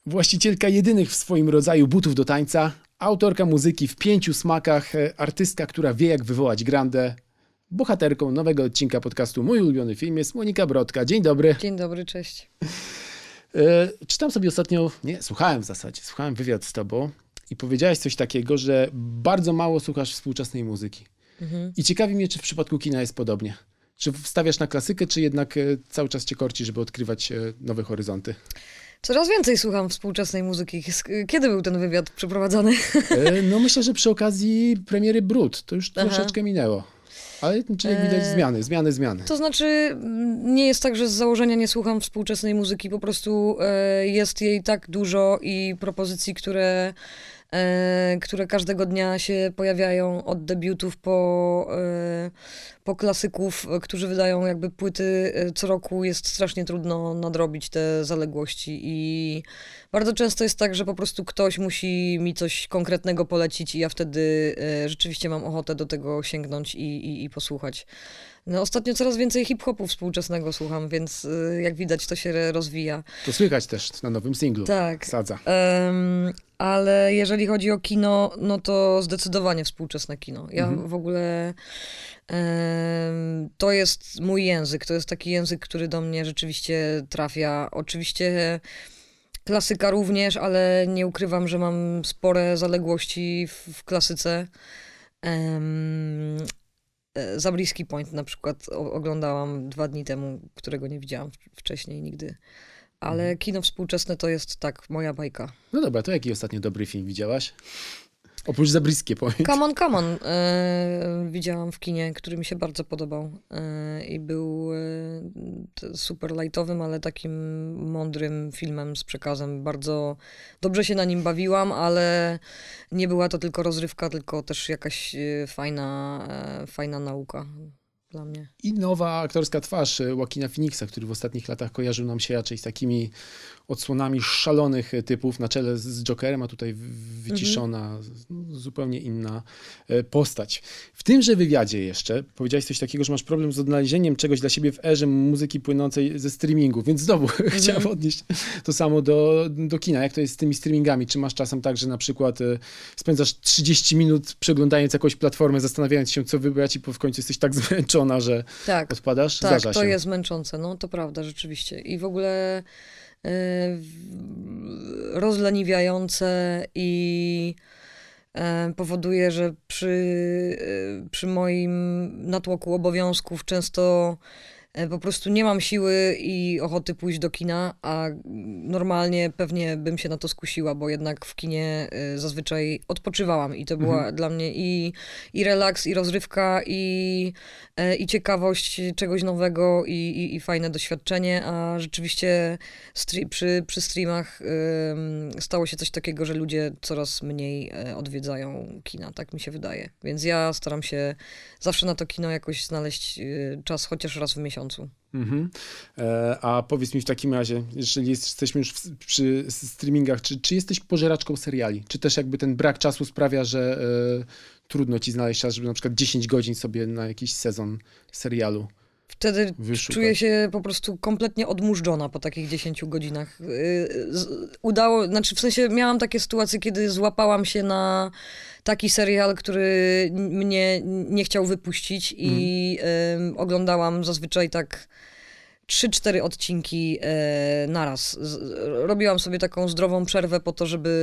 Właścicielka jedynych w swoim rodzaju butów do tańca, autorka muzyki w 5 smakach, artystka, która wie jak wywołać grandę. Bohaterką nowego odcinka podcastu Mój ulubiony film jest Monika Brodka. Dzień dobry. Dzień dobry, cześć. Czytam sobie ostatnio, słuchałem w zasadzie, słuchałem wywiad z tobą i powiedziałaś coś takiego, że bardzo mało słuchasz współczesnej muzyki. I ciekawi mnie, czy w przypadku kina jest podobnie. Czy wstawiasz na klasykę, czy jednak cały czas cię korci, żeby odkrywać nowe horyzonty? Coraz więcej słucham współczesnej muzyki. Kiedy był ten wywiad przeprowadzany? No myślę, że przy okazji premiery Brud. To już troszeczkę minęło. Ale czy jak widać zmiany. To znaczy, nie jest tak, że z założenia nie słucham współczesnej muzyki. Po prostu jest jej tak dużo i propozycji, które każdego dnia się pojawiają od debiutów po klasyków, którzy wydają jakby płyty co roku. Jest strasznie trudno nadrobić te zaległości i bardzo często jest tak, że po prostu ktoś musi mi coś konkretnego polecić i ja wtedy rzeczywiście mam ochotę do tego sięgnąć i posłuchać. No, ostatnio coraz więcej hip-hopu współczesnego słucham, więc jak widać to się rozwija. To słychać też na nowym singlu. Tak. Sadza. Ale jeżeli chodzi o kino, no to zdecydowanie współczesne kino. Ja w ogóle... to jest mój język. To jest taki język, który do mnie rzeczywiście trafia. Oczywiście klasyka również, ale nie ukrywam, że mam spore zaległości w klasyce. Zabriskie Point na przykład oglądałam 2 dni temu, którego nie widziałam wcześniej nigdy. Ale kino współczesne to jest tak, moja bajka. No dobra, to jaki ostatnio dobry film widziałaś? Oprócz Zabriskie Point. Come on. Widziałam w kinie, który mi się bardzo podobał. I był super lightowym, ale takim mądrym filmem z przekazem. Bardzo dobrze się na nim bawiłam, ale nie była to tylko rozrywka, tylko też jakaś fajna nauka dla mnie. I nowa aktorska twarz Joaquina Phoenixa, który w ostatnich latach kojarzył nam się raczej z takimi odsłonami szalonych typów na czele z Jokerem, a tutaj wyciszona, zupełnie inna postać. W tymże wywiadzie jeszcze powiedziałeś coś takiego, że masz problem z odnalezieniem czegoś dla siebie w erze muzyki płynącej ze streamingu, więc znowu chciałem odnieść to samo do kina. Jak to jest z tymi streamingami? Czy masz czasem tak, że na przykład spędzasz 30 minut przeglądając jakąś platformę, zastanawiając się, co wybrać i w końcu jesteś tak zmęczona, że odpadasz? Tak, Zdarza to się. jest męczące, no to prawda, rzeczywiście. I w ogóle rozleniwiające i powoduje, że przy moim natłoku obowiązków często po prostu nie mam siły i ochoty pójść do kina, a normalnie pewnie bym się na to skusiła, bo jednak w kinie zazwyczaj odpoczywałam i to była dla mnie i relaks, i rozrywka, i ciekawość czegoś nowego, i fajne doświadczenie, a rzeczywiście przy streamach stało się coś takiego, że ludzie coraz mniej odwiedzają kina, tak mi się wydaje. Więc ja staram się zawsze na to kino jakoś znaleźć czas, chociaż raz w miesiącu. A powiedz mi w takim razie, jeżeli jesteśmy już przy streamingach, czy jesteś pożeraczką seriali? Czy też jakby ten brak czasu sprawia, że trudno ci znaleźć czas, żeby na przykład 10 godzin sobie na jakiś sezon serialu wtedy wyszukać? Czuję się po prostu kompletnie odmurzdzona po takich 10 godzinach. W sensie miałam takie sytuacje, kiedy złapałam się na taki serial, który mnie nie chciał wypuścić i oglądałam zazwyczaj tak 3-4 odcinki naraz. Robiłam sobie taką zdrową przerwę po to,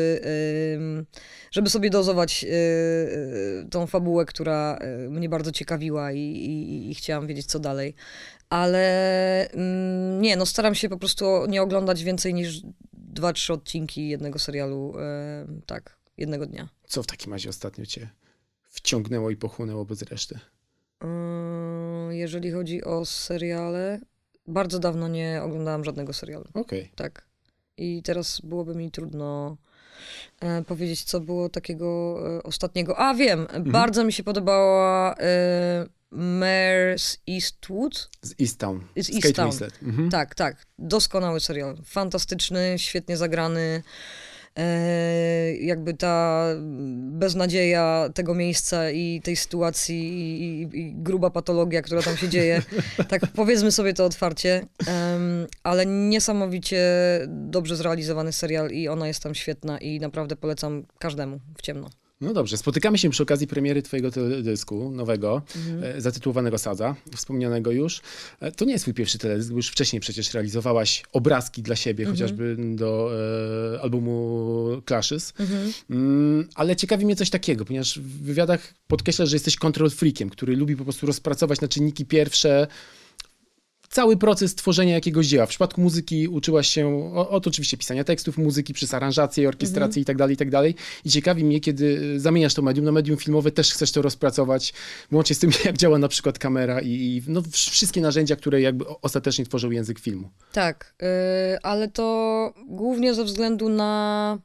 żeby sobie dozować tą fabułę, która mnie bardzo ciekawiła i chciałam wiedzieć, co dalej. Ale staram się po prostu nie oglądać więcej niż 2-3 odcinki jednego serialu, jednego dnia. Co w takim razie ostatnio cię wciągnęło i pochłonęło bez reszty? Jeżeli chodzi o seriale, bardzo dawno nie oglądałam żadnego serialu. Okej. Tak. I teraz byłoby mi trudno powiedzieć, co było takiego ostatniego. A wiem, bardzo mi się podobała Mare z Eastwood. Z Easttown. Z Kate Easttown. Winslet. Tak. Doskonały serial. Fantastyczny, świetnie zagrany. jakby ta beznadzieja tego miejsca i tej sytuacji i gruba patologia, która tam się dzieje. Tak powiedzmy sobie to otwarcie, ale niesamowicie dobrze zrealizowany serial i ona jest tam świetna i naprawdę polecam każdemu w ciemno. No dobrze, spotykamy się przy okazji premiery twojego teledysku nowego, zatytułowanego Sadza, wspomnianego już. To nie jest twój pierwszy teledysk, bo już wcześniej przecież realizowałaś obrazki dla siebie, chociażby do albumu Clashes. Ale ciekawi mnie coś takiego, ponieważ w wywiadach podkreślasz, że jesteś control freakiem, który lubi po prostu rozpracować na czynniki pierwsze cały proces tworzenia jakiegoś dzieła. W przypadku muzyki uczyłaś się od oczywiście pisania tekstów, muzyki przez aranżację, orkiestrację i tak dalej, i tak dalej. I ciekawi mnie, kiedy zamieniasz to medium na medium filmowe, też chcesz to rozpracować, łącznie z tym, jak działa na przykład kamera i no, wszystkie narzędzia, które jakby ostatecznie tworzą język filmu. Tak, ale to głównie ze względu na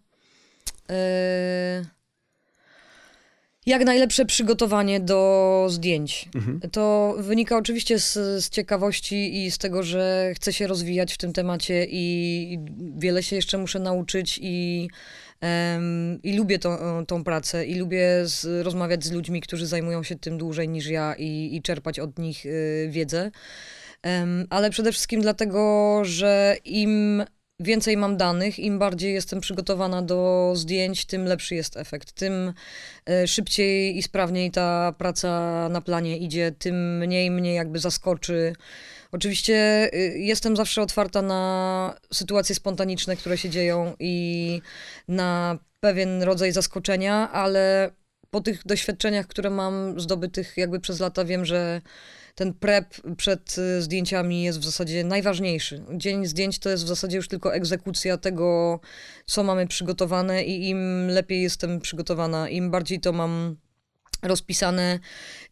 jak najlepsze przygotowanie do zdjęć. To wynika oczywiście z ciekawości i z tego, że chcę się rozwijać w tym temacie i wiele się jeszcze muszę nauczyć i lubię tą pracę i lubię rozmawiać z ludźmi, którzy zajmują się tym dłużej niż ja i czerpać od nich wiedzę. Ale przede wszystkim dlatego, że im więcej mam danych, im bardziej jestem przygotowana do zdjęć, tym lepszy jest efekt. Tym szybciej i sprawniej ta praca na planie idzie, tym mniej mnie jakby zaskoczy. Oczywiście jestem zawsze otwarta na sytuacje spontaniczne, które się dzieją i na pewien rodzaj zaskoczenia, ale po tych doświadczeniach, które mam zdobytych jakby przez lata, wiem, że ten prep przed zdjęciami jest w zasadzie najważniejszy. Dzień zdjęć to jest w zasadzie już tylko egzekucja tego, co mamy przygotowane i im lepiej jestem przygotowana, im bardziej to mam rozpisane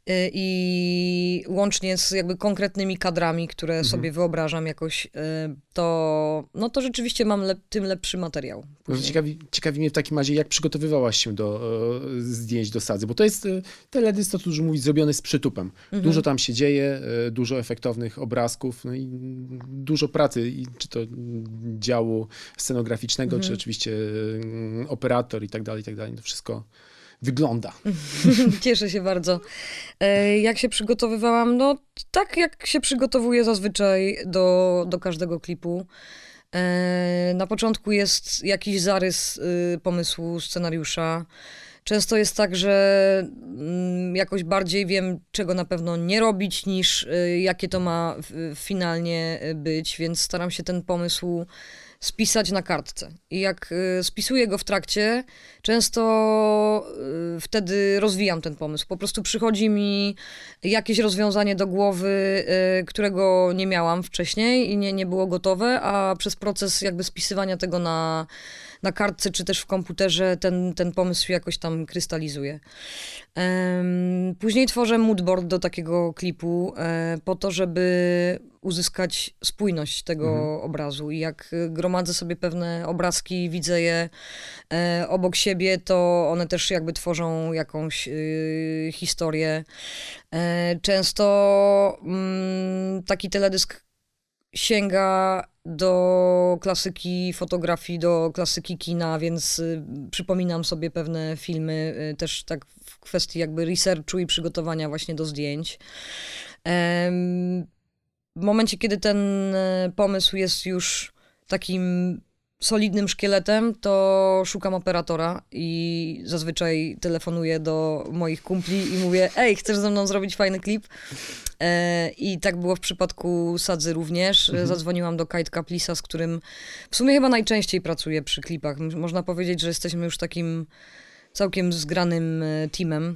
i łącznie z jakby konkretnymi kadrami, które sobie wyobrażam jakoś, to rzeczywiście mam tym lepszy materiał. Ciekawi mnie w takim razie, jak przygotowywałaś się do zdjęć do Sadzy, bo to jest teledysk, to dużo mówić, zrobiony z przytupem. Dużo tam się dzieje, dużo efektownych obrazków, no i dużo pracy, czy to działu scenograficznego, czy oczywiście operator i tak dalej, to wszystko wygląda. Cieszę się bardzo. Jak się przygotowywałam? No tak jak się przygotowuję zazwyczaj do każdego klipu. Na początku jest jakiś zarys pomysłu, scenariusza. Często jest tak, że jakoś bardziej wiem, czego na pewno nie robić, niż jakie to ma finalnie być, więc staram się ten pomysł spisać na kartce. I jak spisuję go w trakcie, często wtedy rozwijam ten pomysł. Po prostu przychodzi mi jakieś rozwiązanie do głowy, którego nie miałam wcześniej i nie było gotowe, a przez proces jakby spisywania tego na kartce, czy też w komputerze ten pomysł jakoś tam krystalizuje. Później tworzę moodboard do takiego klipu po to, żeby uzyskać spójność tego obrazu. I jak gromadzę sobie pewne obrazki, widzę je obok siebie, to one też jakby tworzą jakąś historię. Często taki teledysk sięga do klasyki fotografii, do klasyki kina, więc przypominam sobie pewne filmy też tak w kwestii jakby researchu i przygotowania właśnie do zdjęć. W momencie, kiedy ten pomysł jest już takim solidnym szkieletem, to szukam operatora i zazwyczaj telefonuję do moich kumpli i mówię: ej, chcesz ze mną zrobić fajny klip? I tak było w przypadku Sadzy również. Zadzwoniłam do Kite Kaplisa, z którym w sumie chyba najczęściej pracuję przy klipach. Można powiedzieć, że jesteśmy już takim całkiem zgranym teamem.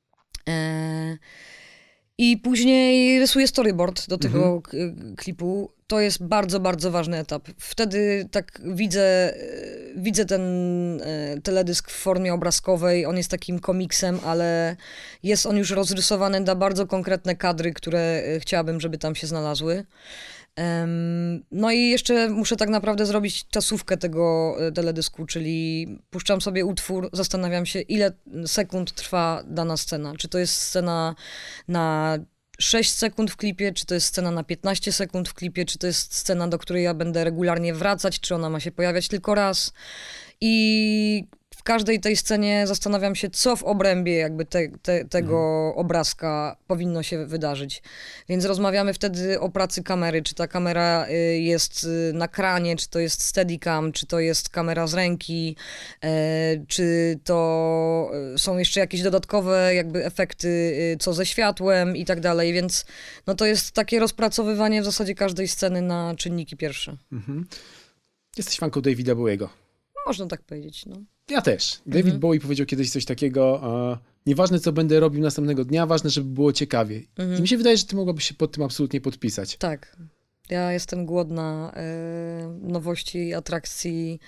I później rysuję storyboard do tego klipu. To jest bardzo, bardzo ważny etap. Wtedy tak widzę ten teledysk w formie obrazkowej. On jest takim komiksem, ale jest on już rozrysowany na bardzo konkretne kadry, które chciałabym, żeby tam się znalazły. No i jeszcze muszę tak naprawdę zrobić czasówkę tego teledysku, czyli puszczam sobie utwór, zastanawiam się, ile sekund trwa dana scena. Czy to jest scena na 6 sekund w klipie, czy to jest scena na 15 sekund w klipie, czy to jest scena, do której ja będę regularnie wracać, czy ona ma się pojawiać tylko raz. I w każdej tej scenie zastanawiam się, co w obrębie jakby tego obrazka powinno się wydarzyć. Więc rozmawiamy wtedy o pracy kamery, czy ta kamera jest na kranie, czy to jest steadicam, czy to jest kamera z ręki, czy to są jeszcze jakieś dodatkowe jakby efekty, co ze światłem i tak dalej, więc no to jest takie rozpracowywanie w zasadzie każdej sceny na czynniki pierwsze. Jesteś fanką Davida Bowiego. Można tak powiedzieć, no. Ja też. David Bowie powiedział kiedyś coś takiego, nieważne co będę robił następnego dnia, ważne, żeby było ciekawie. I mi się wydaje, że ty mogłabyś się pod tym absolutnie podpisać. Tak. Ja jestem głodna nowości, atrakcji,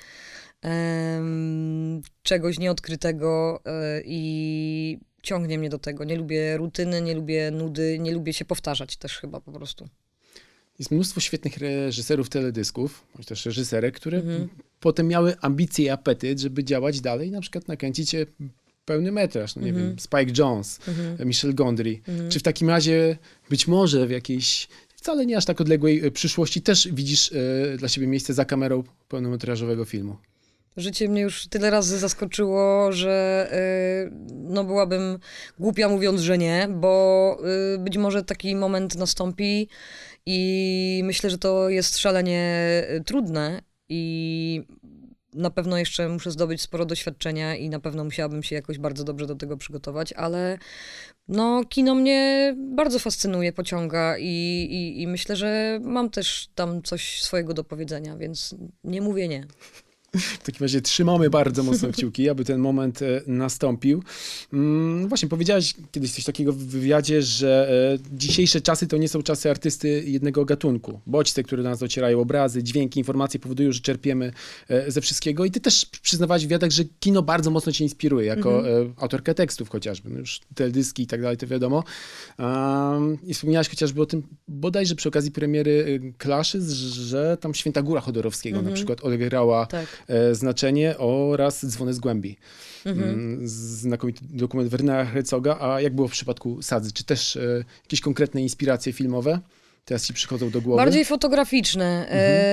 czegoś nieodkrytego i ciągnie mnie do tego. Nie lubię rutyny, nie lubię nudy, nie lubię się powtarzać też chyba po prostu. Jest mnóstwo świetnych reżyserów teledysków, bądź też reżyserek, które potem miały ambicje i apetyt, żeby działać dalej, na przykład nakręcić pełny metraż, no nie wiem, Spike Jonze, Michel Gondry. Czy w takim razie być może w jakiejś wcale nie aż tak odległej przyszłości też widzisz dla siebie miejsce za kamerą pełnometrażowego filmu? Życie mnie już tyle razy zaskoczyło, że no byłabym głupia mówiąc, że nie, bo być może taki moment nastąpi i myślę, że to jest szalenie trudne i na pewno jeszcze muszę zdobyć sporo doświadczenia i na pewno musiałabym się jakoś bardzo dobrze do tego przygotować, ale no kino mnie bardzo fascynuje, pociąga i myślę, że mam też tam coś swojego do powiedzenia, więc nie mówię nie. W takim razie trzymamy bardzo mocno kciuki, aby ten moment nastąpił. Właśnie powiedziałeś kiedyś coś takiego w wywiadzie, że dzisiejsze czasy to nie są czasy artysty jednego gatunku. Bodźce, które do nas docierają, obrazy, dźwięki, informacje powodują, że czerpiemy ze wszystkiego. I ty też przyznawałaś w wywiadach, że kino bardzo mocno cię inspiruje, jako autorkę tekstów chociażby. No już teledyski i tak dalej, to wiadomo. I wspomniałaś chociażby o tym, bodajże przy okazji premiery Clashes, że tam Święta Góra Chodorowskiego na przykład odegrała znaczenie oraz Dzwony z głębi. Znakomity dokument Wernera Herzoga. A jak było w przypadku Sadzy? Czy też jakieś konkretne inspiracje filmowe teraz ci przychodzą do głowy? Bardziej fotograficzne.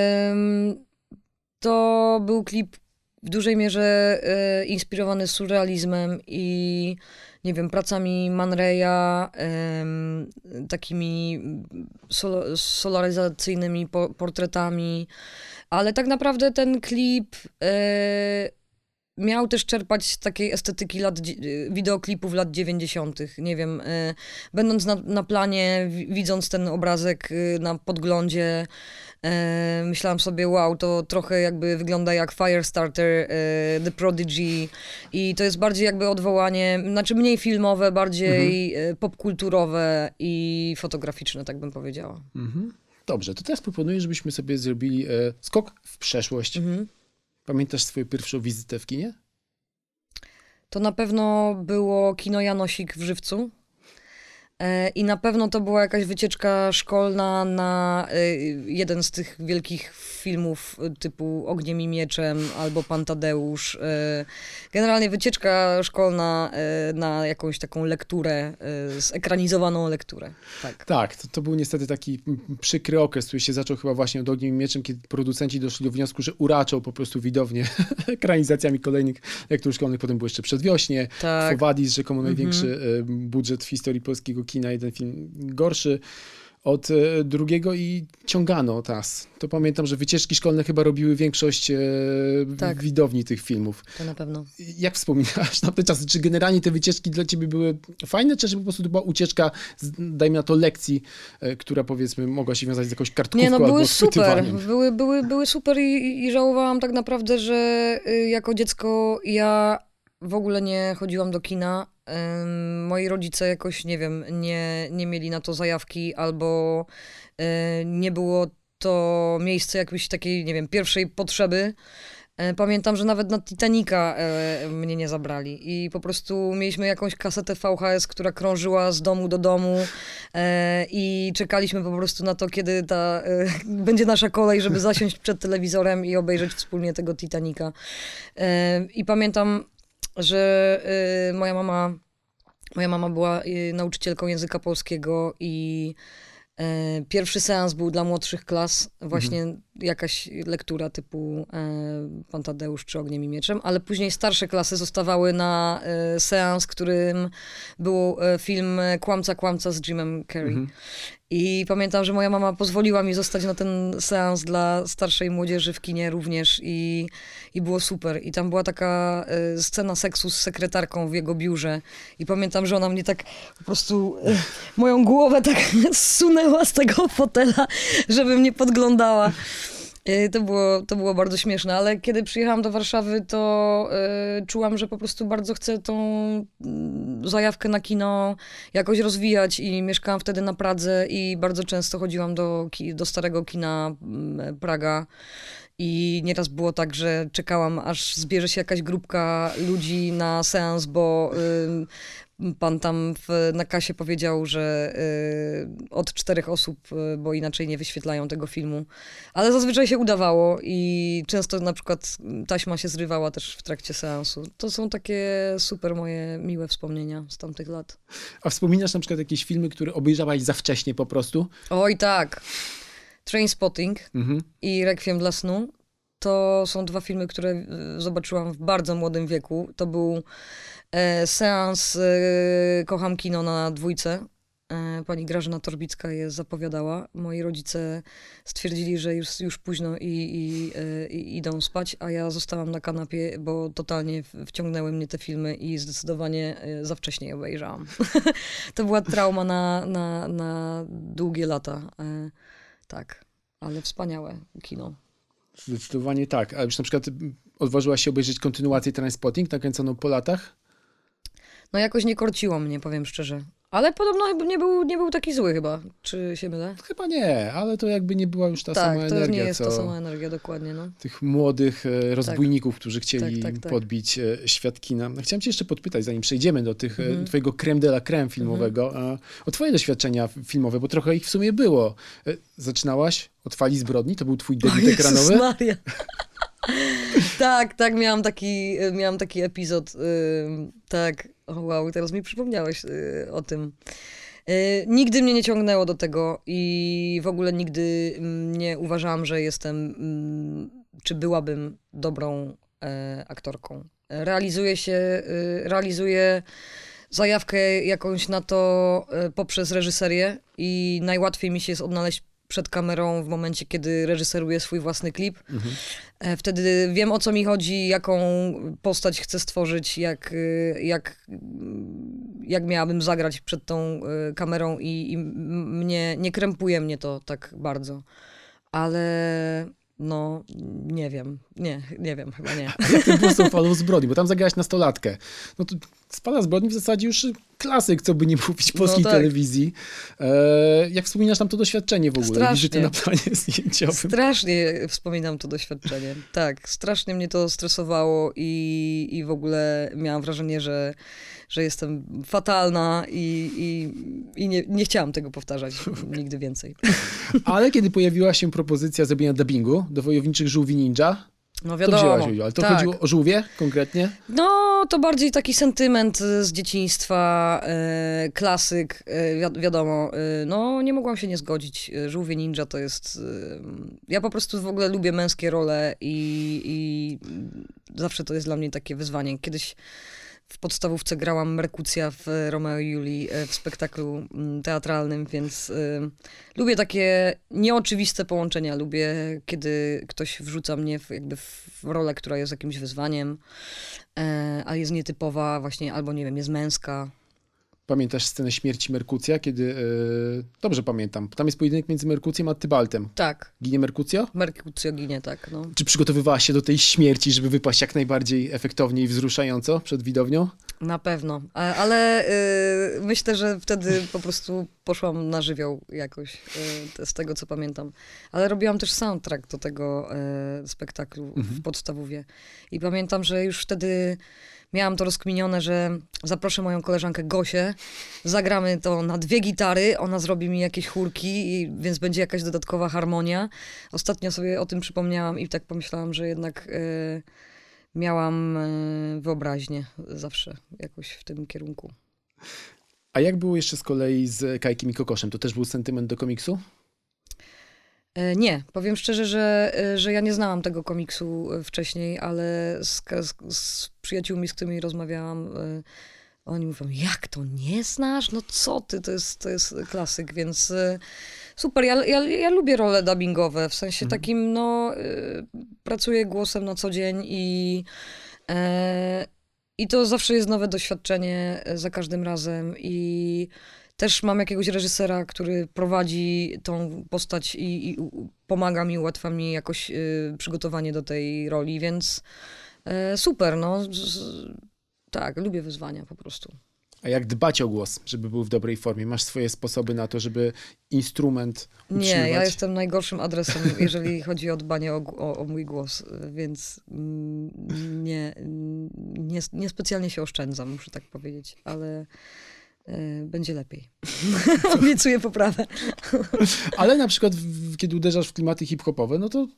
To był klip w dużej mierze inspirowany surrealizmem i nie wiem, pracami Man Raya, takimi solaryzacyjnymi portretami, ale tak naprawdę ten klip miał też czerpać z takiej estetyki wideoklipów lat 90. Nie wiem, będąc na planie, widząc ten obrazek na podglądzie, myślałam sobie, wow, to trochę jakby wygląda jak Firestarter, The Prodigy i to jest bardziej jakby odwołanie, znaczy mniej filmowe, bardziej popkulturowe i fotograficzne, tak bym powiedziała. Dobrze, to teraz proponuję, żebyśmy sobie zrobili skok w przeszłość. Pamiętasz swoją pierwszą wizytę w kinie? To na pewno było kino Janosik w Żywcu. I na pewno to była jakaś wycieczka szkolna na jeden z tych wielkich filmów typu Ogniem i Mieczem albo Pan Tadeusz. Generalnie wycieczka szkolna na jakąś taką lekturę, zekranizowaną lekturę. Tak, to był niestety taki przykry okres, który się zaczął chyba właśnie od Ogniem i Mieczem, kiedy producenci doszli do wniosku, że uraczą po prostu widownię ekranizacjami kolejnych lektur szkolnych. Potem było jeszcze Przedwiośnie, Quo Vadis, rzekomo największy budżet w historii polskiego kina, jeden film gorszy od drugiego i ciągano tas. To pamiętam, że wycieczki szkolne chyba robiły większość widowni tych filmów. To na pewno. Jak wspominasz na te czasy? Czy generalnie te wycieczki dla ciebie były fajne, czy po prostu to była ucieczka, dajmy na to lekcji, która powiedzmy mogła się wiązać z jakąś kartkówką? Nie, no były albo super. Były super i żałowałam tak naprawdę, że jako dziecko ja w ogóle nie chodziłam do kina. Moi rodzice jakoś, nie wiem, nie mieli na to zajawki albo nie było to miejsce jakiejś takiej, nie wiem, pierwszej potrzeby. Pamiętam, że nawet na Titanica mnie nie zabrali i po prostu mieliśmy jakąś kasetę VHS, która krążyła z domu do domu i czekaliśmy po prostu na to, kiedy będzie nasza kolej, żeby zasiąść przed telewizorem i obejrzeć wspólnie tego Titanica. I pamiętam, że moja mama Moja mama była nauczycielką języka polskiego i pierwszy seans był dla młodszych klas, właśnie jakaś lektura typu Pan Tadeusz czy Ogniem i Mieczem, ale później starsze klasy zostawały na seans, którym był film Kłamca, Kłamca z Jimem Carrey. I pamiętam, że moja mama pozwoliła mi zostać na ten seans dla starszej młodzieży w kinie również i było super. I tam była taka scena seksu z sekretarką w jego biurze. I pamiętam, że ona mnie tak po prostu moją głowę tak zsunęła z tego fotela, żeby mnie podglądała. To było bardzo śmieszne, ale kiedy przyjechałam do Warszawy, to czułam, że po prostu bardzo chcę tą zajawkę na kino jakoś rozwijać i mieszkałam wtedy na Pradze i bardzo często chodziłam do starego kina Praga. I nieraz było tak, że czekałam, aż zbierze się jakaś grupka ludzi na seans, bo pan tam na kasie powiedział, że od 4 osób, bo inaczej nie wyświetlają tego filmu. Ale zazwyczaj się udawało i często na przykład taśma się zrywała też w trakcie seansu. To są takie super moje miłe wspomnienia z tamtych lat. A wspominasz na przykład jakieś filmy, które obejrzałaś za wcześnie po prostu? Oj tak. Trainspotting i Requiem dla snu. To są 2 filmy, które zobaczyłam w bardzo młodym wieku. To był seans Kocham kino na 2. Pani Grażyna Torbicka je zapowiadała. Moi rodzice stwierdzili, że już późno i idą spać, a ja zostałam na kanapie, bo totalnie wciągnęły mnie te filmy i zdecydowanie za wcześnie je obejrzałam. To była trauma na długie lata. Tak, ale wspaniałe kino. Zdecydowanie tak. A już na przykład odważyłaś się obejrzeć kontynuację Trainspotting nakręconą po latach? No jakoś nie korciło mnie, powiem szczerze. Ale podobno nie był taki zły chyba. Czy się mylę? Chyba nie, ale to jakby nie była już ta sama energia. Tak, to nie jest ta sama energia, dokładnie. No. Tych młodych rozbójników, którzy chcieli tak. podbić świat kina. Chciałem cię jeszcze podpytać, zanim przejdziemy do tych twojego crème de la crème filmowego, o twoje doświadczenia filmowe, bo trochę ich w sumie było. Zaczynałaś od Fali zbrodni? To był twój debiut ekranowy? Maria. Tak, miałam taki epizod. Tak, wow, teraz mi przypomniałeś o tym. Nigdy mnie nie ciągnęło do tego i w ogóle nigdy nie uważałam, że jestem, czy byłabym dobrą aktorką. Realizuję zajawkę jakąś na to poprzez reżyserię i najłatwiej mi się jest odnaleźć przed kamerą w momencie, kiedy reżyseruję swój własny klip. Wtedy wiem, o co mi chodzi, jaką postać chcę stworzyć, jak miałabym zagrać przed tą kamerą i nie krępuje mnie to tak bardzo. Ale no, nie wiem, chyba nie. A jak to było z tą Falą zbrodni? Bo tam zagrałaś nastolatkę. No to Fala zbrodni w zasadzie już klasyk, co by nie mówić polskiej telewizji. Jak wspominasz tam to doświadczenie w ogóle? Strasznie. Wizyty na planie zdjęciowym. Strasznie wspominam to doświadczenie. Tak, strasznie mnie to stresowało i w ogóle miałam wrażenie, że jestem fatalna i nie chciałam tego powtarzać nigdy więcej. Ale kiedy pojawiła się propozycja zrobienia dubbingu do Wojowniczych Żółwi Ninja, no wiadomo. To wzięłaś udział. Ale to chodziło o żółwie konkretnie? No, to bardziej taki sentyment z dzieciństwa, klasyk, wiadomo. No, nie mogłam się nie zgodzić. Żółwie ninja to jest... Ja po prostu w ogóle lubię męskie role i zawsze to jest dla mnie takie wyzwanie. Kiedyś w podstawówce grałam Merkucja w Romeo i Julii w spektaklu teatralnym, więc lubię takie nieoczywiste połączenia. Lubię, kiedy ktoś wrzuca mnie w rolę, która jest jakimś wyzwaniem, a jest nietypowa właśnie, albo nie wiem, jest męska. Pamiętasz scenę śmierci Merkucja, kiedy... Dobrze pamiętam. Tam jest pojedynek między Merkucjem a Tybaltem. Tak. Ginie Merkucjo? Merkucjo ginie, tak. No. Czy przygotowywałaś się do tej śmierci, żeby wypaść jak najbardziej efektownie i wzruszająco przed widownią? Na pewno. Ale myślę, że wtedy po prostu poszłam na żywioł jakoś, z tego co pamiętam. Ale robiłam też soundtrack do tego spektaklu w podstawówie. I pamiętam, że już wtedy miałam to rozkminione, że zaproszę moją koleżankę Gosię, zagramy to na 2 gitary, ona zrobi mi jakieś chórki, więc będzie jakaś dodatkowa harmonia. Ostatnio sobie o tym przypomniałam i tak pomyślałam, że jednak miałam wyobraźnię zawsze jakoś w tym kierunku. A jak było jeszcze z kolei z Kajkiem i Kokoszem? To też był sentyment do komiksu? Nie, powiem szczerze, że ja nie znałam tego komiksu wcześniej, ale z przyjaciółmi, z którymi rozmawiałam, oni mówią, jak to nie znasz? No co ty, to jest klasyk, więc super. Ja lubię role dubbingowe, w sensie takim, no, pracuję głosem na co dzień i to zawsze jest nowe doświadczenie za każdym razem i też mam jakiegoś reżysera, który prowadzi tą postać i pomaga mi, ułatwia mi jakoś przygotowanie do tej roli, więc super, no. Tak, lubię wyzwania po prostu. A jak dbać o głos, żeby był w dobrej formie? Masz swoje sposoby na to, żeby instrument utrzymywać? Nie, ja jestem najgorszym adresem, jeżeli chodzi o dbanie o mój głos, więc niespecjalnie się oszczędzam, muszę tak powiedzieć, ale będzie lepiej. Obiecuję poprawę. Ale na przykład, kiedy uderzasz w klimaty hip-hopowe, no to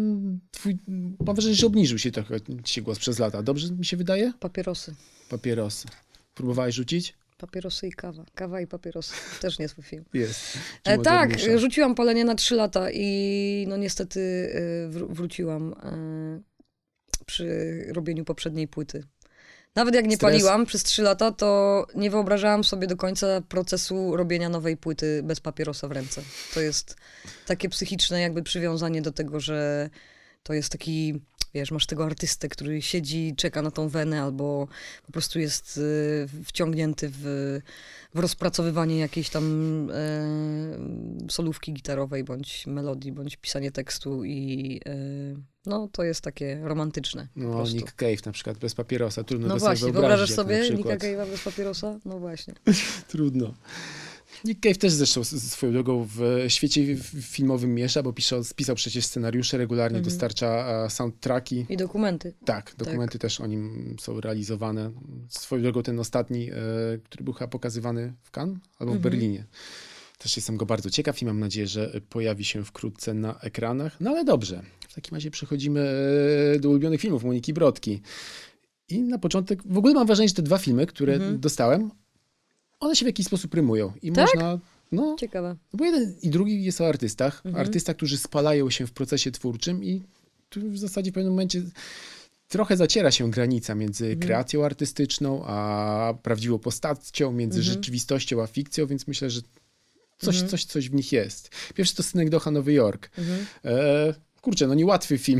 mam wrażenie, że obniżył się trochę ci głos przez lata. Dobrze mi się wydaje? Papierosy. Próbowałeś rzucić? Papierosy i kawa. Kawa i papierosy. Też niezły film. Jest. Tak, rzuciłam palenie na 3 lata i no niestety wróciłam przy robieniu poprzedniej płyty. Nawet jak nie paliłam przez 3 lata, to nie wyobrażałam sobie do końca procesu robienia nowej płyty bez papierosa w ręce. To jest takie psychiczne jakby przywiązanie do tego, że to jest taki, wiesz, masz tego artystę, który siedzi, czeka na tą wenę albo po prostu jest wciągnięty w rozpracowywanie jakiejś tam solówki gitarowej, bądź melodii, bądź pisanie tekstu i no to jest takie romantyczne. No, Nick Cave na przykład bez papierosa, trudno no go właśnie, sobie wyobrazić. Wyobrażasz sobie Nicka Cave'a bez papierosa? No właśnie. Trudno. Nick Cave też zresztą swoją drogą w świecie filmowym miesza, bo spisał przecież scenariusze, regularnie dostarcza soundtracki. I dokumenty. Tak, dokumenty też o nim są realizowane. Swoją drogą ten ostatni, który był chyba pokazywany w Cannes albo w Berlinie. Też jestem go bardzo ciekaw i mam nadzieję, że pojawi się wkrótce na ekranach. No ale dobrze, w takim razie przechodzimy do ulubionych filmów Moniki Brodki. I na początek, w ogóle mam wrażenie, że te 2 filmy, które dostałem, one się w jakiś sposób rymują. I tak? można... No, ciekawe. Bo jeden i drugi jest o artystach. Artystach, którzy spalają się w procesie twórczym i tu w zasadzie w pewnym momencie trochę zaciera się granica między kreacją artystyczną, a prawdziwą postacią, między rzeczywistością a fikcją, więc myślę, że coś w nich jest. Pierwszy to Synekdocha Nowy Jork. Kurczę, no niełatwy film.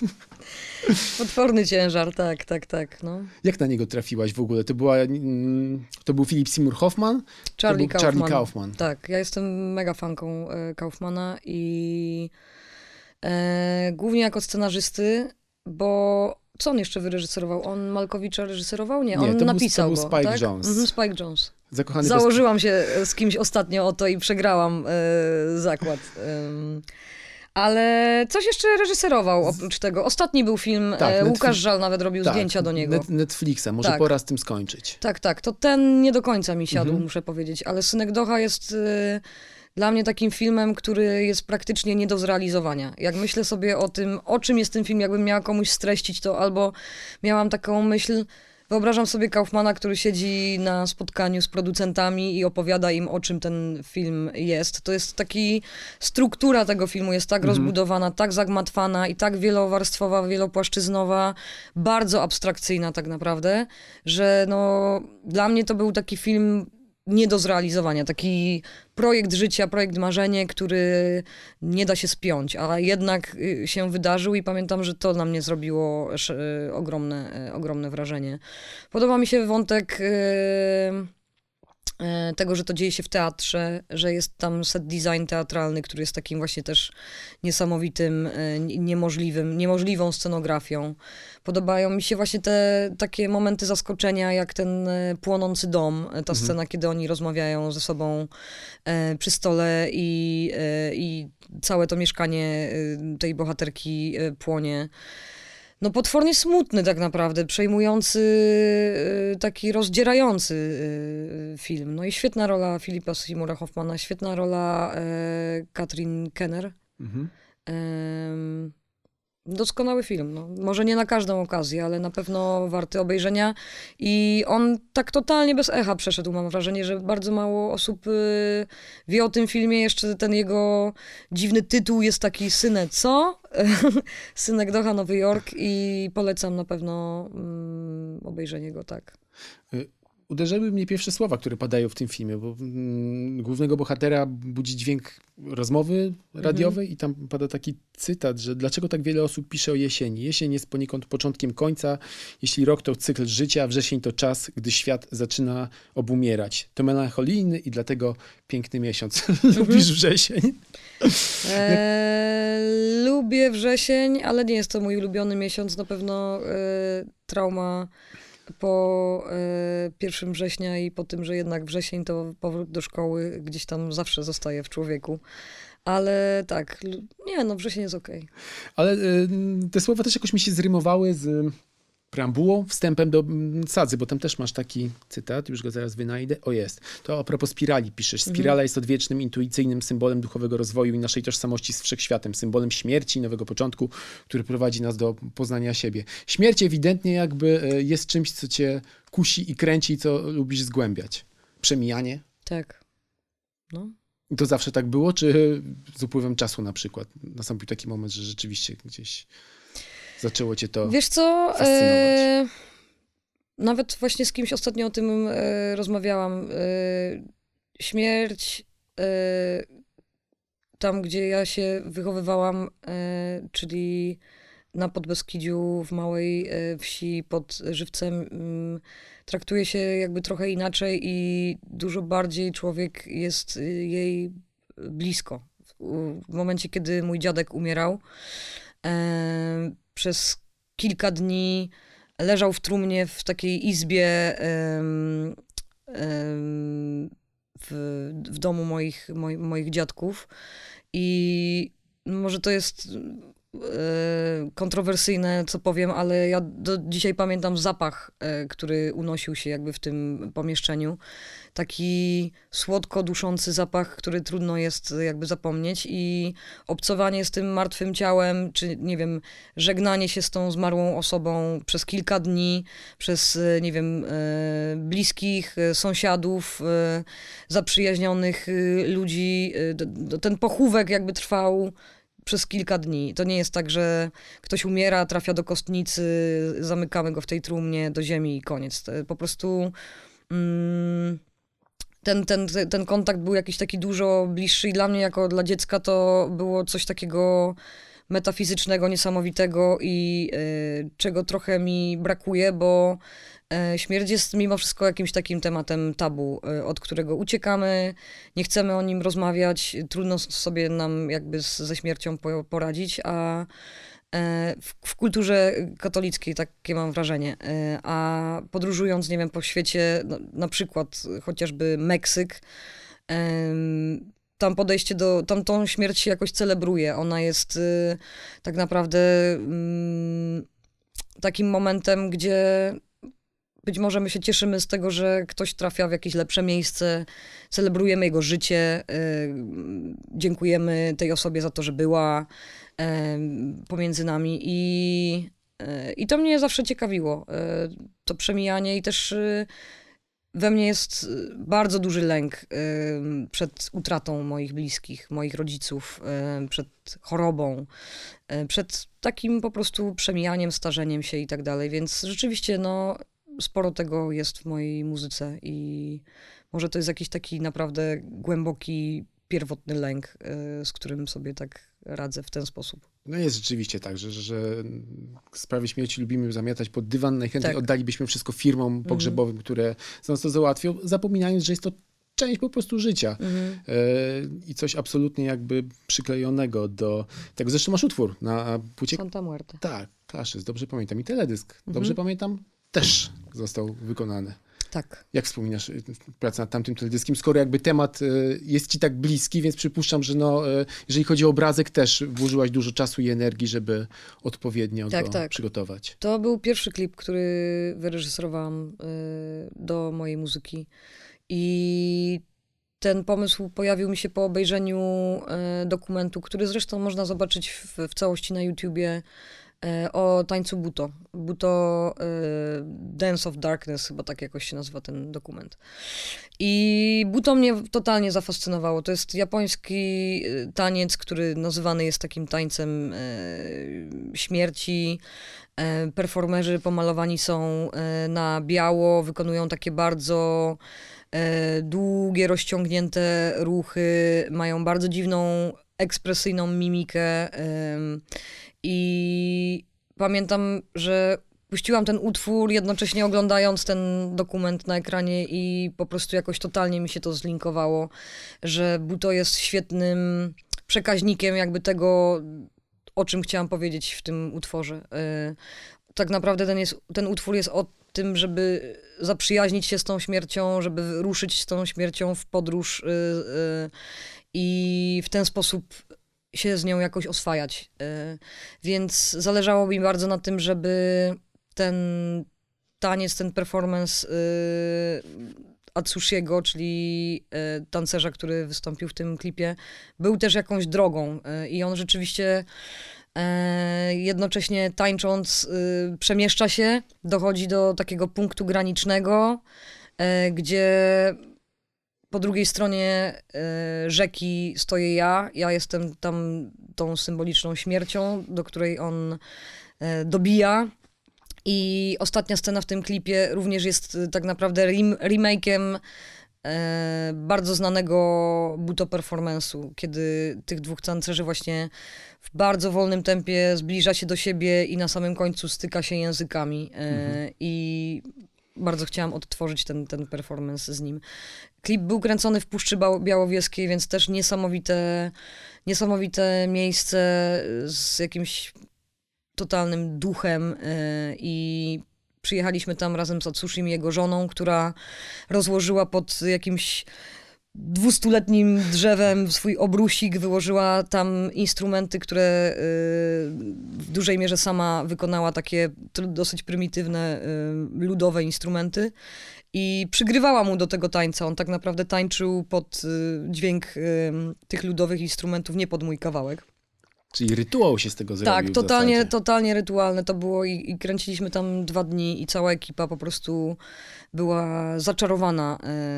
Potworny ciężar, tak. No. Jak na niego trafiłaś w ogóle? To był Philip Seymour Hoffman? Charlie Kaufman. Tak, ja jestem mega fanką Kaufmana i głównie jako scenarzysty, bo co on jeszcze wyreżyserował? On Malkowicza reżyserował? Nie, on napisał to był Spike tak? Jonze. Spike Jonze. Zakochany Założyłam się z kimś ostatnio o to i przegrałam zakład. Ale coś jeszcze reżyserował oprócz tego. Ostatni był film, Łukasz Żal nawet robił zdjęcia do niego. Netflixa, może pora z tym skończyć. Tak, to ten nie do końca mi siadł, muszę powiedzieć, ale Synekdocha jest dla mnie takim filmem, który jest praktycznie nie do zrealizowania. Jak myślę sobie o tym, o czym jest ten film, jakbym miała komuś streścić to, albo miałam taką myśl, wyobrażam sobie Kaufmana, który siedzi na spotkaniu z producentami i opowiada im, o czym ten film jest. To jest taki... Struktura tego filmu jest tak rozbudowana, tak zagmatwana i tak wielowarstwowa, wielopłaszczyznowa, bardzo abstrakcyjna tak naprawdę, że no, dla mnie to był taki film nie do zrealizowania. Taki projekt życia, projekt marzenie, który nie da się spiąć, a jednak się wydarzył i pamiętam, że to na mnie zrobiło ogromne wrażenie. Podoba mi się wątek tego, że to dzieje się w teatrze, że jest tam set design teatralny, który jest takim właśnie też niesamowitym, niemożliwą scenografią. Podobają mi się właśnie te takie momenty zaskoczenia, jak ten płonący dom, ta scena, kiedy oni rozmawiają ze sobą przy stole i całe to mieszkanie tej bohaterki płonie. No potwornie smutny tak naprawdę, przejmujący, taki rozdzierający film. No i świetna rola Philipa Seymoura Hoffmana, świetna rola Katrin Kenner. Doskonały film. No. Może nie na każdą okazję, ale na pewno warty obejrzenia. I on tak totalnie bez echa przeszedł. Mam wrażenie, że bardzo mało osób wie o tym filmie. Jeszcze ten jego dziwny tytuł jest taki Synek co? Synek Doha, Nowy Jork i polecam na pewno obejrzenie go, tak. Uderzyły mnie pierwsze słowa, które padają w tym filmie, bo głównego bohatera budzi dźwięk rozmowy radiowej i tam pada taki cytat, że dlaczego tak wiele osób pisze o jesieni? Jesień jest poniekąd początkiem końca, jeśli rok to cykl życia, wrzesień to czas, gdy świat zaczyna obumierać. To melancholijny i dlatego piękny miesiąc. Lubisz wrzesień? Lubię wrzesień, ale nie jest to mój ulubiony miesiąc. Na pewno trauma po 1 września i po tym, że jednak wrzesień to powrót do szkoły gdzieś tam zawsze zostaje w człowieku. Ale tak, nie, no wrzesień jest okej. Ale te słowa też jakoś mi się zrymowały z preambułą, wstępem do Sadzy, bo tam też masz taki cytat, już go zaraz wynajdę. O, jest. To a propos spirali piszesz. Spirala jest odwiecznym, intuicyjnym symbolem duchowego rozwoju i naszej tożsamości z wszechświatem. Symbolem śmierci, nowego początku, który prowadzi nas do poznania siebie. Śmierć ewidentnie jakby jest czymś, co cię kusi i kręci, co lubisz zgłębiać. Przemijanie. Tak. No. I to zawsze tak było, czy z upływem czasu na przykład nastąpił taki moment, że rzeczywiście gdzieś zaczęło cię to Wiesz co, fascynować? Nawet właśnie z kimś ostatnio o tym rozmawiałam. Śmierć tam, gdzie ja się wychowywałam, czyli na Podbeskidziu, w małej wsi pod Żywcem, traktuje się jakby trochę inaczej i dużo bardziej człowiek jest jej blisko. W momencie, kiedy mój dziadek umierał, przez kilka dni leżał w trumnie w takiej izbie w domu moich dziadków i może to jest kontrowersyjne, co powiem, ale ja do dzisiaj pamiętam zapach, który unosił się jakby w tym pomieszczeniu. Taki słodko duszący zapach, który trudno jest jakby zapomnieć i obcowanie z tym martwym ciałem, czy nie wiem, żegnanie się z tą zmarłą osobą przez kilka dni, przez, nie wiem, bliskich, sąsiadów, zaprzyjaźnionych ludzi. Ten pochówek jakby trwał przez kilka dni. To nie jest tak, że ktoś umiera, trafia do kostnicy, zamykamy go w tej trumnie do ziemi i koniec. Po prostu ten kontakt był jakiś taki dużo bliższy i dla mnie jako dla dziecka to było coś takiego metafizycznego, niesamowitego i czego trochę mi brakuje, bo śmierć jest mimo wszystko jakimś takim tematem tabu, od którego uciekamy, nie chcemy o nim rozmawiać, trudno sobie nam jakby ze śmiercią poradzić, a w kulturze katolickiej takie mam wrażenie, a podróżując, nie wiem, po świecie, na przykład chociażby Meksyk, tam podejście tam tą śmierć się jakoś celebruje. Ona jest tak naprawdę takim momentem, gdzie być może my się cieszymy z tego, że ktoś trafia w jakieś lepsze miejsce, celebrujemy jego życie, dziękujemy tej osobie za to, że była pomiędzy nami i to mnie zawsze ciekawiło, to przemijanie i też we mnie jest bardzo duży lęk przed utratą moich bliskich, moich rodziców, przed chorobą, przed takim po prostu przemijaniem, starzeniem się i tak dalej, więc rzeczywiście no sporo tego jest w mojej muzyce i może to jest jakiś taki naprawdę głęboki, pierwotny lęk, z którym sobie tak radzę w ten sposób. No jest rzeczywiście tak, że sprawy śmierci lubimy zamiatać pod dywan. Najchętniej oddalibyśmy wszystko firmom pogrzebowym, które za nas to załatwią, zapominając, że jest to część po prostu życia i coś absolutnie jakby przyklejonego do tego. Zresztą masz utwór na płycie. Santa Muerte. Tak, Klaszyc, dobrze pamiętam. I teledysk, dobrze pamiętam, też został wykonany. Tak. Jak wspominasz pracę nad tamtym teledyskiem, skoro jakby temat jest ci tak bliski, więc przypuszczam, że no, jeżeli chodzi o obrazek, też włożyłaś dużo czasu i energii, żeby odpowiednio go przygotować. To był pierwszy klip, który wyreżyserowałam do mojej muzyki i ten pomysł pojawił mi się po obejrzeniu dokumentu, który zresztą można zobaczyć w całości na YouTubie, o tańcu Buto. Buto Dance of Darkness, chyba tak jakoś się nazywa ten dokument. I Buto mnie totalnie zafascynowało. To jest japoński taniec, który nazywany jest takim tańcem śmierci. Performerzy pomalowani są na biało, wykonują takie bardzo długie, rozciągnięte ruchy, mają bardzo dziwną, ekspresyjną mimikę. I pamiętam, że puściłam ten utwór, jednocześnie oglądając ten dokument na ekranie i po prostu jakoś totalnie mi się to zlinkowało, że Buto jest świetnym przekaźnikiem jakby tego, o czym chciałam powiedzieć w tym utworze. Tak naprawdę ten utwór jest o tym, żeby zaprzyjaźnić się z tą śmiercią, żeby ruszyć z tą śmiercią w podróż i w ten sposób się z nią jakoś oswajać. Więc zależało mi bardzo na tym, żeby ten taniec, ten performance Atsushiego, czyli tancerza, który wystąpił w tym klipie, był też jakąś drogą. I on rzeczywiście jednocześnie tańcząc przemieszcza się, dochodzi do takiego punktu granicznego, gdzie po drugiej stronie rzeki stoję ja. Ja jestem tam tą symboliczną śmiercią, do której on dobija. I ostatnia scena w tym klipie również jest tak naprawdę remake'em bardzo znanego Buto performance'u, kiedy tych dwóch tancerzy właśnie w bardzo wolnym tempie zbliża się do siebie i na samym końcu styka się językami. I bardzo chciałam odtworzyć ten performance z nim. Klip był kręcony w Puszczy Białowieskiej, więc też niesamowite miejsce z jakimś totalnym duchem i przyjechaliśmy tam razem z Atsushim i jego żoną, która rozłożyła pod jakimś 200-letnim drzewem swój obrusik, wyłożyła tam instrumenty, które w dużej mierze sama wykonała, takie dosyć prymitywne, ludowe instrumenty i przygrywała mu do tego tańca. On tak naprawdę tańczył pod dźwięk tych ludowych instrumentów, nie pod mój kawałek. Czyli rytuał się z tego zrobił. Tak, totalnie rytualne to było i kręciliśmy tam 2 dni i cała ekipa po prostu była zaczarowana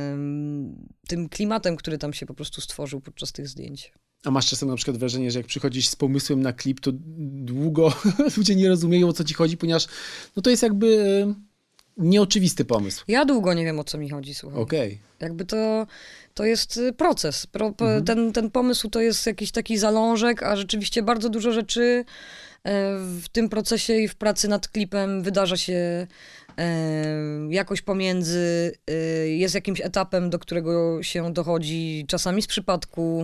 tym klimatem, który tam się po prostu stworzył podczas tych zdjęć. A masz czasem na przykład wrażenie, że jak przychodzisz z pomysłem na klip, to długo ludzie nie rozumieją, o co ci chodzi, ponieważ no to jest jakby nieoczywisty pomysł. Ja długo nie wiem, o co mi chodzi, słuchaj. Okej. Jakby to jest proces. Ten pomysł to jest jakiś taki zalążek, a rzeczywiście bardzo dużo rzeczy w tym procesie i w pracy nad klipem wydarza się jakoś pomiędzy, jest jakimś etapem, do którego się dochodzi czasami z przypadku,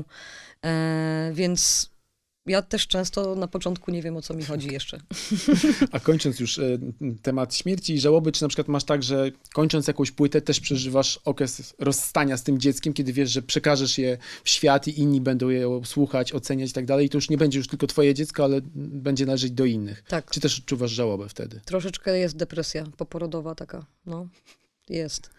więc ja też często na początku nie wiem, o co mi chodzi jeszcze. A kończąc już temat śmierci i żałoby, czy na przykład masz tak, że kończąc jakąś płytę też przeżywasz okres rozstania z tym dzieckiem, kiedy wiesz, że przekażesz je w świat i inni będą je słuchać, oceniać i tak dalej, i to już nie będzie już tylko twoje dziecko, ale będzie należeć do innych. Tak. Czy też odczuwasz żałobę wtedy? Troszeczkę jest depresja poporodowa taka, no, jest.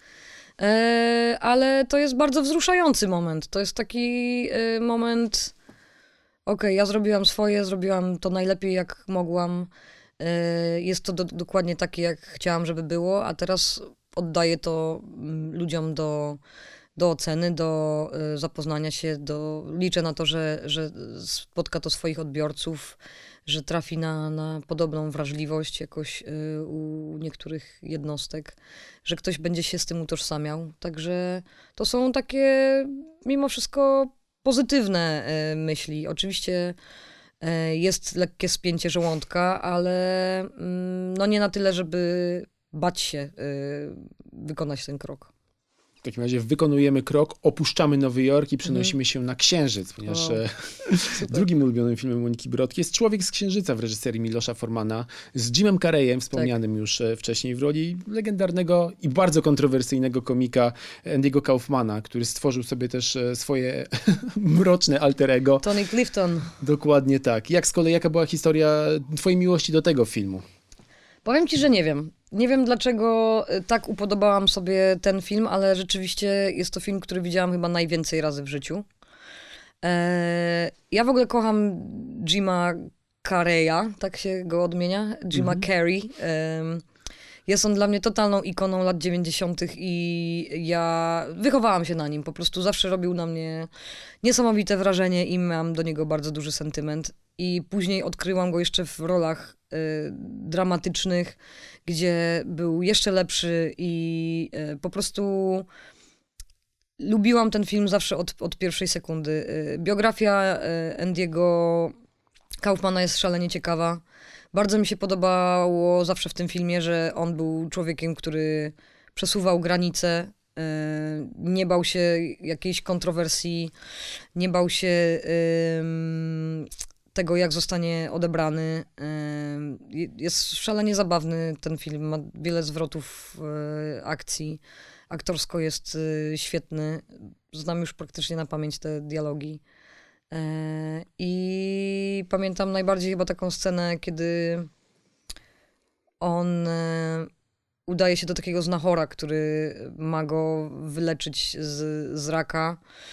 Ale to jest bardzo wzruszający moment. To jest taki moment... Okej, ja zrobiłam swoje, zrobiłam to najlepiej, jak mogłam. Jest to dokładnie takie, jak chciałam, żeby było, a teraz oddaję to ludziom do oceny, do zapoznania się, liczę na to, że spotka to swoich odbiorców, że trafi na podobną wrażliwość jakoś u niektórych jednostek, że ktoś będzie się z tym utożsamiał. Także to są takie mimo wszystko pozytywne myśli. Oczywiście jest lekkie spięcie żołądka, ale no nie na tyle, żeby bać się wykonać ten krok. W takim razie wykonujemy krok, opuszczamy Nowy Jork i przenosimy się na Księżyc, ponieważ drugim ulubionym filmem Moniki Brodki jest Człowiek z Księżyca w reżyserii Milosza Formana z Jimem Carreyem, wspomnianym już wcześniej w roli legendarnego i bardzo kontrowersyjnego komika Andy'ego Kaufmana, który stworzył sobie też swoje mroczne alter ego. Tony Clifton. Dokładnie tak. Jak z kolei, jaka była historia twojej miłości do tego filmu? Powiem ci, że nie wiem. Nie wiem dlaczego tak upodobałam sobie ten film, ale rzeczywiście jest to film, który widziałam chyba najwięcej razy w życiu. Ja w ogóle kocham Jima Carreya, tak się go odmienia, Jima Carrey. Jest on dla mnie totalną ikoną lat 90. i ja wychowałam się na nim. Po prostu zawsze robił na mnie niesamowite wrażenie i mam do niego bardzo duży sentyment. I później odkryłam go jeszcze w rolach dramatycznych, gdzie był jeszcze lepszy i po prostu lubiłam ten film zawsze od pierwszej sekundy. Biografia Andy'ego Kaufmana jest szalenie ciekawa. Bardzo mi się podobało zawsze w tym filmie, że on był człowiekiem, który przesuwał granice, nie bał się jakiejś kontrowersji, nie bał się tego, jak zostanie odebrany. Jest szalenie zabawny ten film, ma wiele zwrotów akcji. Aktorsko jest świetny. Znam już praktycznie na pamięć te dialogi. I pamiętam najbardziej chyba taką scenę, kiedy on udaje się do takiego znachora, który ma go wyleczyć z raka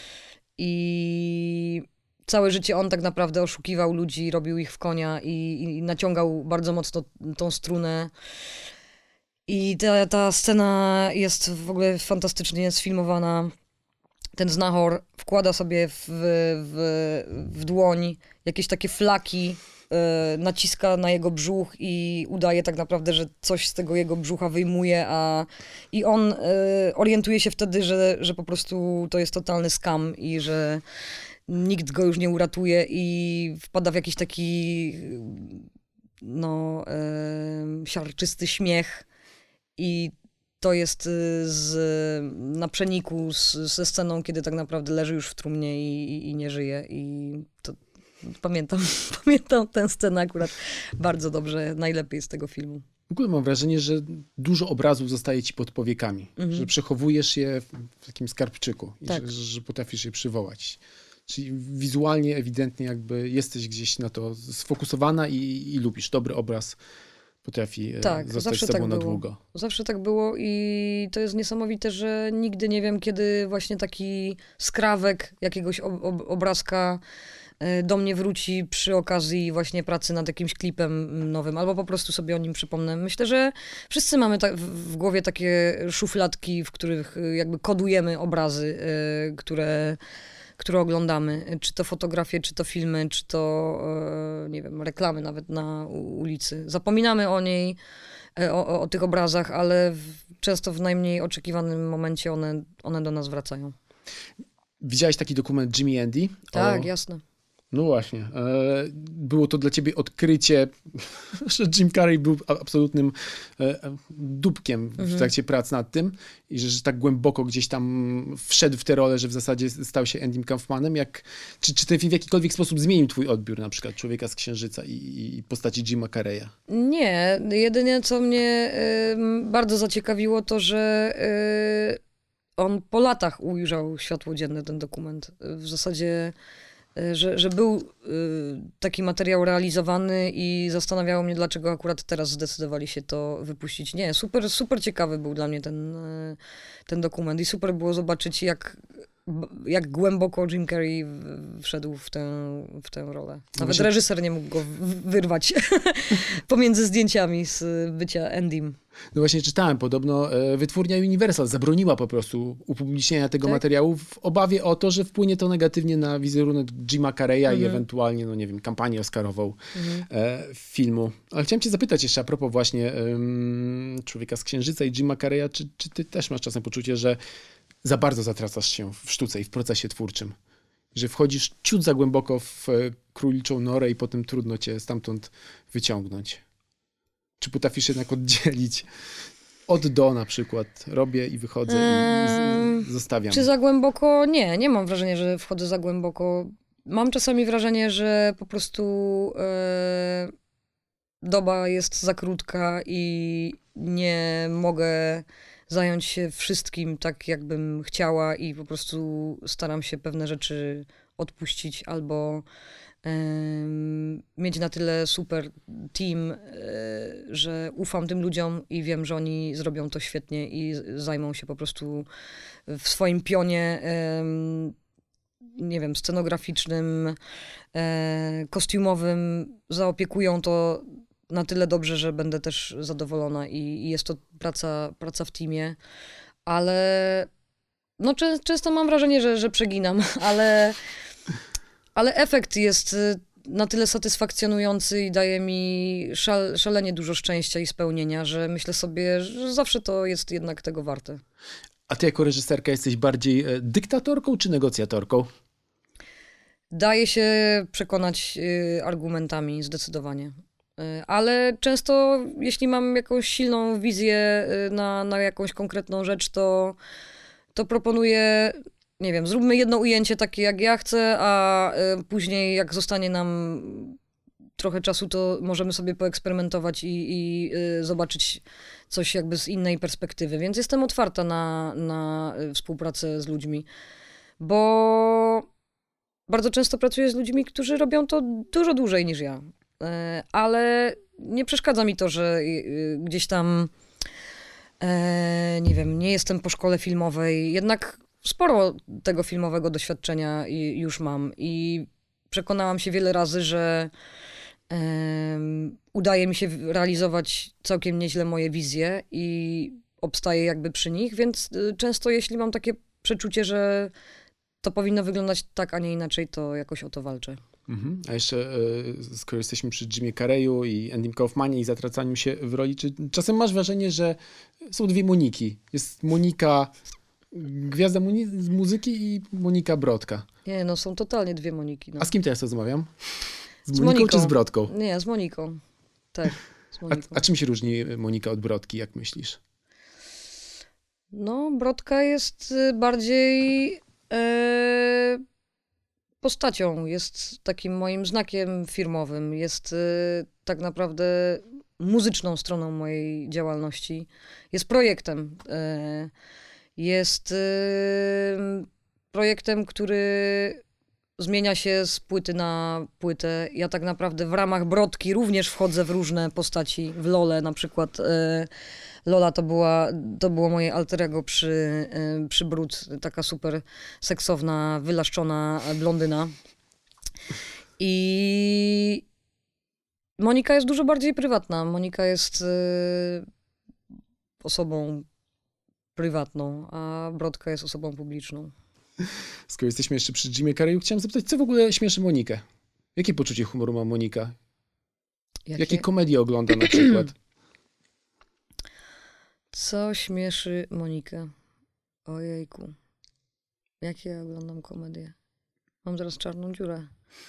i całe życie on tak naprawdę oszukiwał ludzi, robił ich w konia i naciągał bardzo mocno tą strunę. I ta scena jest w ogóle fantastycznie sfilmowana. Ten znachor wkłada sobie w dłoń jakieś takie flaki, naciska na jego brzuch i udaje tak naprawdę, że coś z tego jego brzucha wyjmuje, i on orientuje się wtedy, że po prostu to jest totalny skam i że nikt go już nie uratuje i wpada w jakiś taki siarczysty śmiech i to jest na przeniku ze sceną, kiedy tak naprawdę leży już w trumnie i nie żyje. I to pamiętam tę scenę akurat bardzo dobrze, najlepiej z tego filmu. W ogóle mam wrażenie, że dużo obrazów zostaje ci pod powiekami, że przechowujesz je w takim skarbczyku i Tak. że potrafisz je przywołać. Czyli wizualnie, ewidentnie jakby jesteś gdzieś na to sfokusowana i lubisz. Dobry obraz potrafi zostać z tobą na długo. Zawsze tak było i to jest niesamowite, że nigdy nie wiem, kiedy właśnie taki skrawek jakiegoś obrazka do mnie wróci przy okazji właśnie pracy nad jakimś klipem nowym, albo po prostu sobie o nim przypomnę. Myślę, że wszyscy mamy w głowie takie szufladki, w których jakby kodujemy obrazy, które oglądamy. Czy to fotografie, czy to filmy, czy to, nie wiem, reklamy nawet na ulicy. Zapominamy o niej, o tych obrazach, ale często w najmniej oczekiwanym momencie one do nas wracają. Widziałeś taki dokument Jimmy Andy? Tak, jasne. No właśnie. Było to dla ciebie odkrycie, że Jim Carrey był absolutnym dupkiem w trakcie prac nad tym i że tak głęboko gdzieś tam wszedł w tę rolę, że w zasadzie stał się Andym Kaufmanem. Czy ten film w jakikolwiek sposób zmienił twój odbiór na przykład Człowieka z Księżyca i postaci Jima Carreya? Nie. Jedynie co mnie bardzo zaciekawiło, to że on po latach ujrzał światło dzienne, ten dokument. W zasadzie że był taki materiał realizowany i zastanawiało mnie, dlaczego akurat teraz zdecydowali się to wypuścić. Nie, super ciekawy był dla mnie ten dokument i super było zobaczyć, jak głęboko Jim Carrey wszedł w tę rolę. Nawet reżyser nie mógł go wyrwać pomiędzy zdjęciami z bycia Andym. No właśnie czytałem, podobno wytwórnia Universal zabroniła po prostu upublicznienia tego materiału w obawie o to, że wpłynie to negatywnie na wizerunek Jima Carreya i ewentualnie, no nie wiem, kampanię oscarową filmu. Ale chciałem cię zapytać jeszcze a propos właśnie Człowieka z Księżyca i Jima Carreya, czy ty też masz czasem poczucie, że za bardzo zatracasz się w sztuce i w procesie twórczym? Że wchodzisz ciut za głęboko w króliczą norę i potem trudno cię stamtąd wyciągnąć? Czy potrafisz jednak oddzielić od do na przykład? Robię i wychodzę i zostawiam. Czy za głęboko? Nie mam wrażenia, że wchodzę za głęboko. Mam czasami wrażenie, że po prostu doba jest za krótka i nie mogę zająć się wszystkim tak, jakbym chciała i po prostu staram się pewne rzeczy odpuścić albo mieć na tyle super team, że ufam tym ludziom i wiem, że oni zrobią to świetnie i zajmą się po prostu w swoim pionie, nie wiem, scenograficznym, kostiumowym, zaopiekują to na tyle dobrze, że będę też zadowolona i jest to praca w teamie, ale no często mam wrażenie, że przeginam, ale efekt jest na tyle satysfakcjonujący i daje mi szalenie dużo szczęścia i spełnienia, że myślę sobie, że zawsze to jest jednak tego warte. A ty jako reżyserka jesteś bardziej dyktatorką czy negocjatorką? Daje się przekonać argumentami zdecydowanie. Ale często, jeśli mam jakąś silną wizję na jakąś konkretną rzecz, to proponuję, nie wiem, zróbmy jedno ujęcie takie, jak ja chcę, a później, jak zostanie nam trochę czasu, to możemy sobie poeksperymentować i zobaczyć coś jakby z innej perspektywy. Więc jestem otwarta na współpracę z ludźmi, bo bardzo często pracuję z ludźmi, którzy robią to dużo dłużej niż ja. Ale nie przeszkadza mi to, że gdzieś tam, nie wiem, nie jestem po szkole filmowej, jednak sporo tego filmowego doświadczenia już mam i przekonałam się wiele razy, że udaje mi się realizować całkiem nieźle moje wizje i obstaję jakby przy nich, więc często jeśli mam takie przeczucie, że to powinno wyglądać tak, a nie inaczej, to jakoś o to walczę. Mhm. A jeszcze, skoro jesteśmy przy Jimie Carreyu i Andym Kaufmanie i zatracaniu się w roli, czy czasem masz wrażenie, że są dwie Moniki? Jest Monika, gwiazda muzyki i Monika Brodka. Nie, no są totalnie dwie Moniki. No. A z kim teraz rozmawiam? Z Moniką czy z Brodką? Nie, z Moniką. Tak, z Moniką. A czym się różni Monika od Brodki, jak myślisz? No, Brodka jest bardziej postacią, jest takim moim znakiem firmowym, jest tak naprawdę muzyczną stroną mojej działalności, jest projektem. Jest projektem, który zmienia się z płyty na płytę. Ja tak naprawdę w ramach Brodki również wchodzę w różne postaci. W Lole na przykład. Lola to było moje alter ego przy Brud. Taka super seksowna, wylaszczona blondyna. I Monika jest dużo bardziej prywatna. Monika jest osobą prywatną, a Brodka jest osobą publiczną. Skoro jesteśmy jeszcze przy Jimie Carreyu, chciałem zapytać, co w ogóle śmieszy Monikę? Jakie poczucie humoru ma Monika? Jakie komedie ogląda na przykład? Co śmieszy Monikę? Ojejku. Jakie ja oglądam komedie? Mam zaraz czarną dziurę.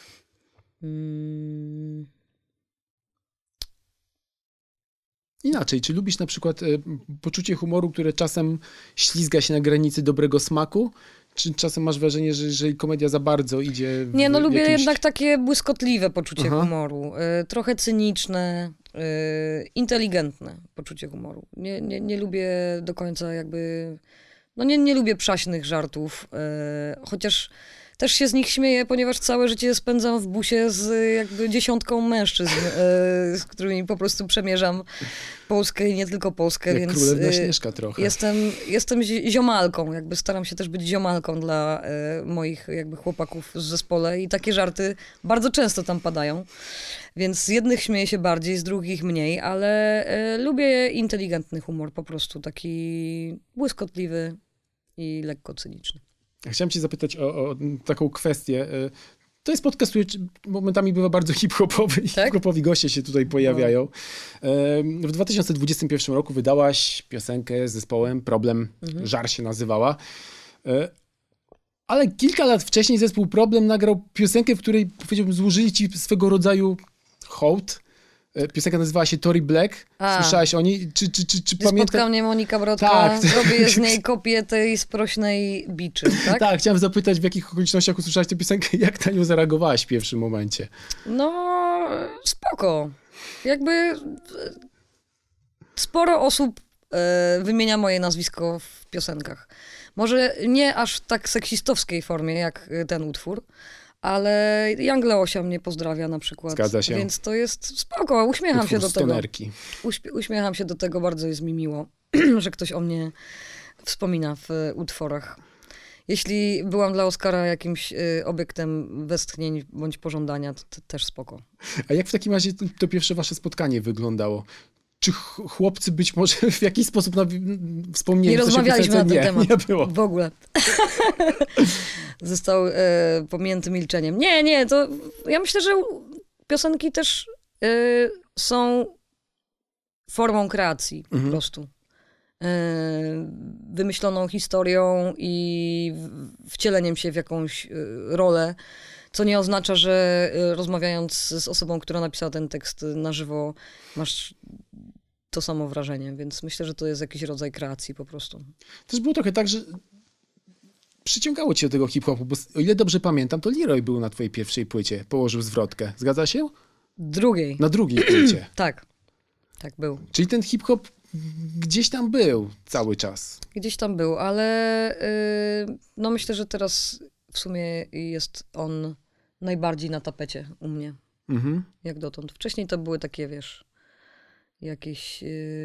Inaczej, czy lubisz na przykład poczucie humoru, które czasem ślizga się na granicy dobrego smaku? Czy czasem masz wrażenie, że jeżeli komedia za bardzo idzie w Nie, no lubię jakimś... jednak takie błyskotliwe poczucie humoru. Trochę cyniczne, inteligentne poczucie humoru. Nie lubię do końca jakby... No nie lubię przaśnych żartów, chociaż też się z nich śmieję, ponieważ całe życie spędzam w busie z jakby dziesiątką mężczyzn, z którymi po prostu przemierzam Polskę i nie tylko Polskę, Jak więc Królewna Śnieżka trochę. Jestem ziomalką, jakby staram się też być ziomalką dla moich jakby chłopaków w zespole i takie żarty bardzo często tam padają, więc z jednych śmieję się bardziej, z drugich mniej, ale lubię inteligentny humor, po prostu taki błyskotliwy i lekko cyniczny. Chciałem cię zapytać o taką kwestię. To jest podcast, który momentami bywa bardzo hip-hopowy i hip-hopowi goście się tutaj pojawiają. W 2021 roku wydałaś piosenkę z zespołem Problem, Żar się nazywała. Ale kilka lat wcześniej zespół Problem nagrał piosenkę, w której, powiedziałbym, złożyli ci swego rodzaju hołd. Piosenka nazywała się Tory Black. Słyszałaś o niej? Czy pamiętasz? Spotkał mnie Monika Brodka. Tak. Zrobię z niej kopię tej sprośnej biczy, tak? Tak, chciałem zapytać, w jakich okolicznościach usłyszałaś tę piosenkę, jak na nią zareagowałaś w pierwszym momencie? No, spoko. Jakby sporo osób wymienia moje nazwisko w piosenkach. Może nie aż w tak seksistowskiej formie, jak ten utwór, ale Young Leosia mnie pozdrawia na przykład. Zgadza się. Więc to jest spoko, uśmiecham się do tego. Stonerki. Uśmiecham się do tego, bardzo jest mi miło, że ktoś o mnie wspomina w utworach. Jeśli byłam dla Oskara jakimś obiektem westchnień bądź pożądania, to też spoko. A jak w takim razie to pierwsze wasze spotkanie wyglądało? Czy chłopcy być może w jakiś sposób wspomnieli? Nie rozmawialiśmy na ten temat. Nie było. W ogóle. Został pominięty milczeniem. Nie, to ja myślę, że piosenki też są formą kreacji po prostu. Wymyśloną historią i wcieleniem się w jakąś rolę, co nie oznacza, że rozmawiając z osobą, która napisała ten tekst na żywo, masz to samo wrażenie, więc myślę, że to jest jakiś rodzaj kreacji po prostu. Też było trochę tak, że przyciągało cię do tego hip-hopu, bo o ile dobrze pamiętam, to Leroy był na twojej pierwszej płycie, położył zwrotkę. Zgadza się? Drugiej. Na drugiej płycie. Tak był. Czyli ten hip-hop gdzieś tam był cały czas. Gdzieś tam był, ale no myślę, że teraz w sumie jest on najbardziej na tapecie u mnie. Mhm. Jak dotąd. Wcześniej to były takie, wiesz, jakieś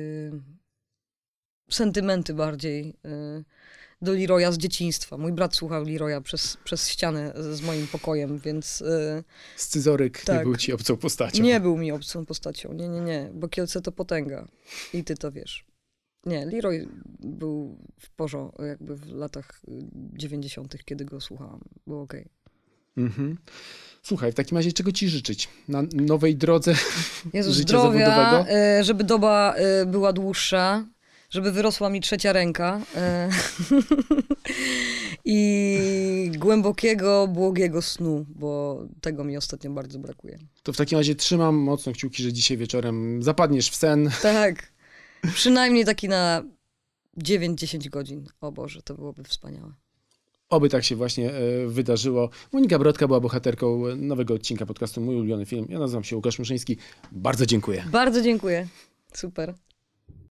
sentymenty bardziej do Leroya z dzieciństwa. Mój brat słuchał Leroya przez ścianę z moim pokojem, więc... Scyzoryk tak. nie był ci obcą postacią. Nie był mi obcą postacią. Nie, bo Kielce to potęga. I ty to wiesz. Nie, Leroy był w porządku, jakby w latach 90., kiedy go słuchałam. Było okej. Mhm. Słuchaj, w takim razie czego ci życzyć? Na nowej drodze Jezu, życia zdrowia, zawodowego? żeby doba była dłuższa, żeby wyrosła mi trzecia ręka i głębokiego, błogiego snu, bo tego mi ostatnio bardzo brakuje. To w takim razie trzymam mocno kciuki, że dzisiaj wieczorem zapadniesz w sen. Tak, przynajmniej taki na 9-10 godzin. O Boże, to byłoby wspaniałe. Oby tak się właśnie wydarzyło. Monika Brodka była bohaterką nowego odcinka podcastu Mój ulubiony film. Ja nazywam się Łukasz Muszyński. Bardzo dziękuję. Bardzo dziękuję. Super.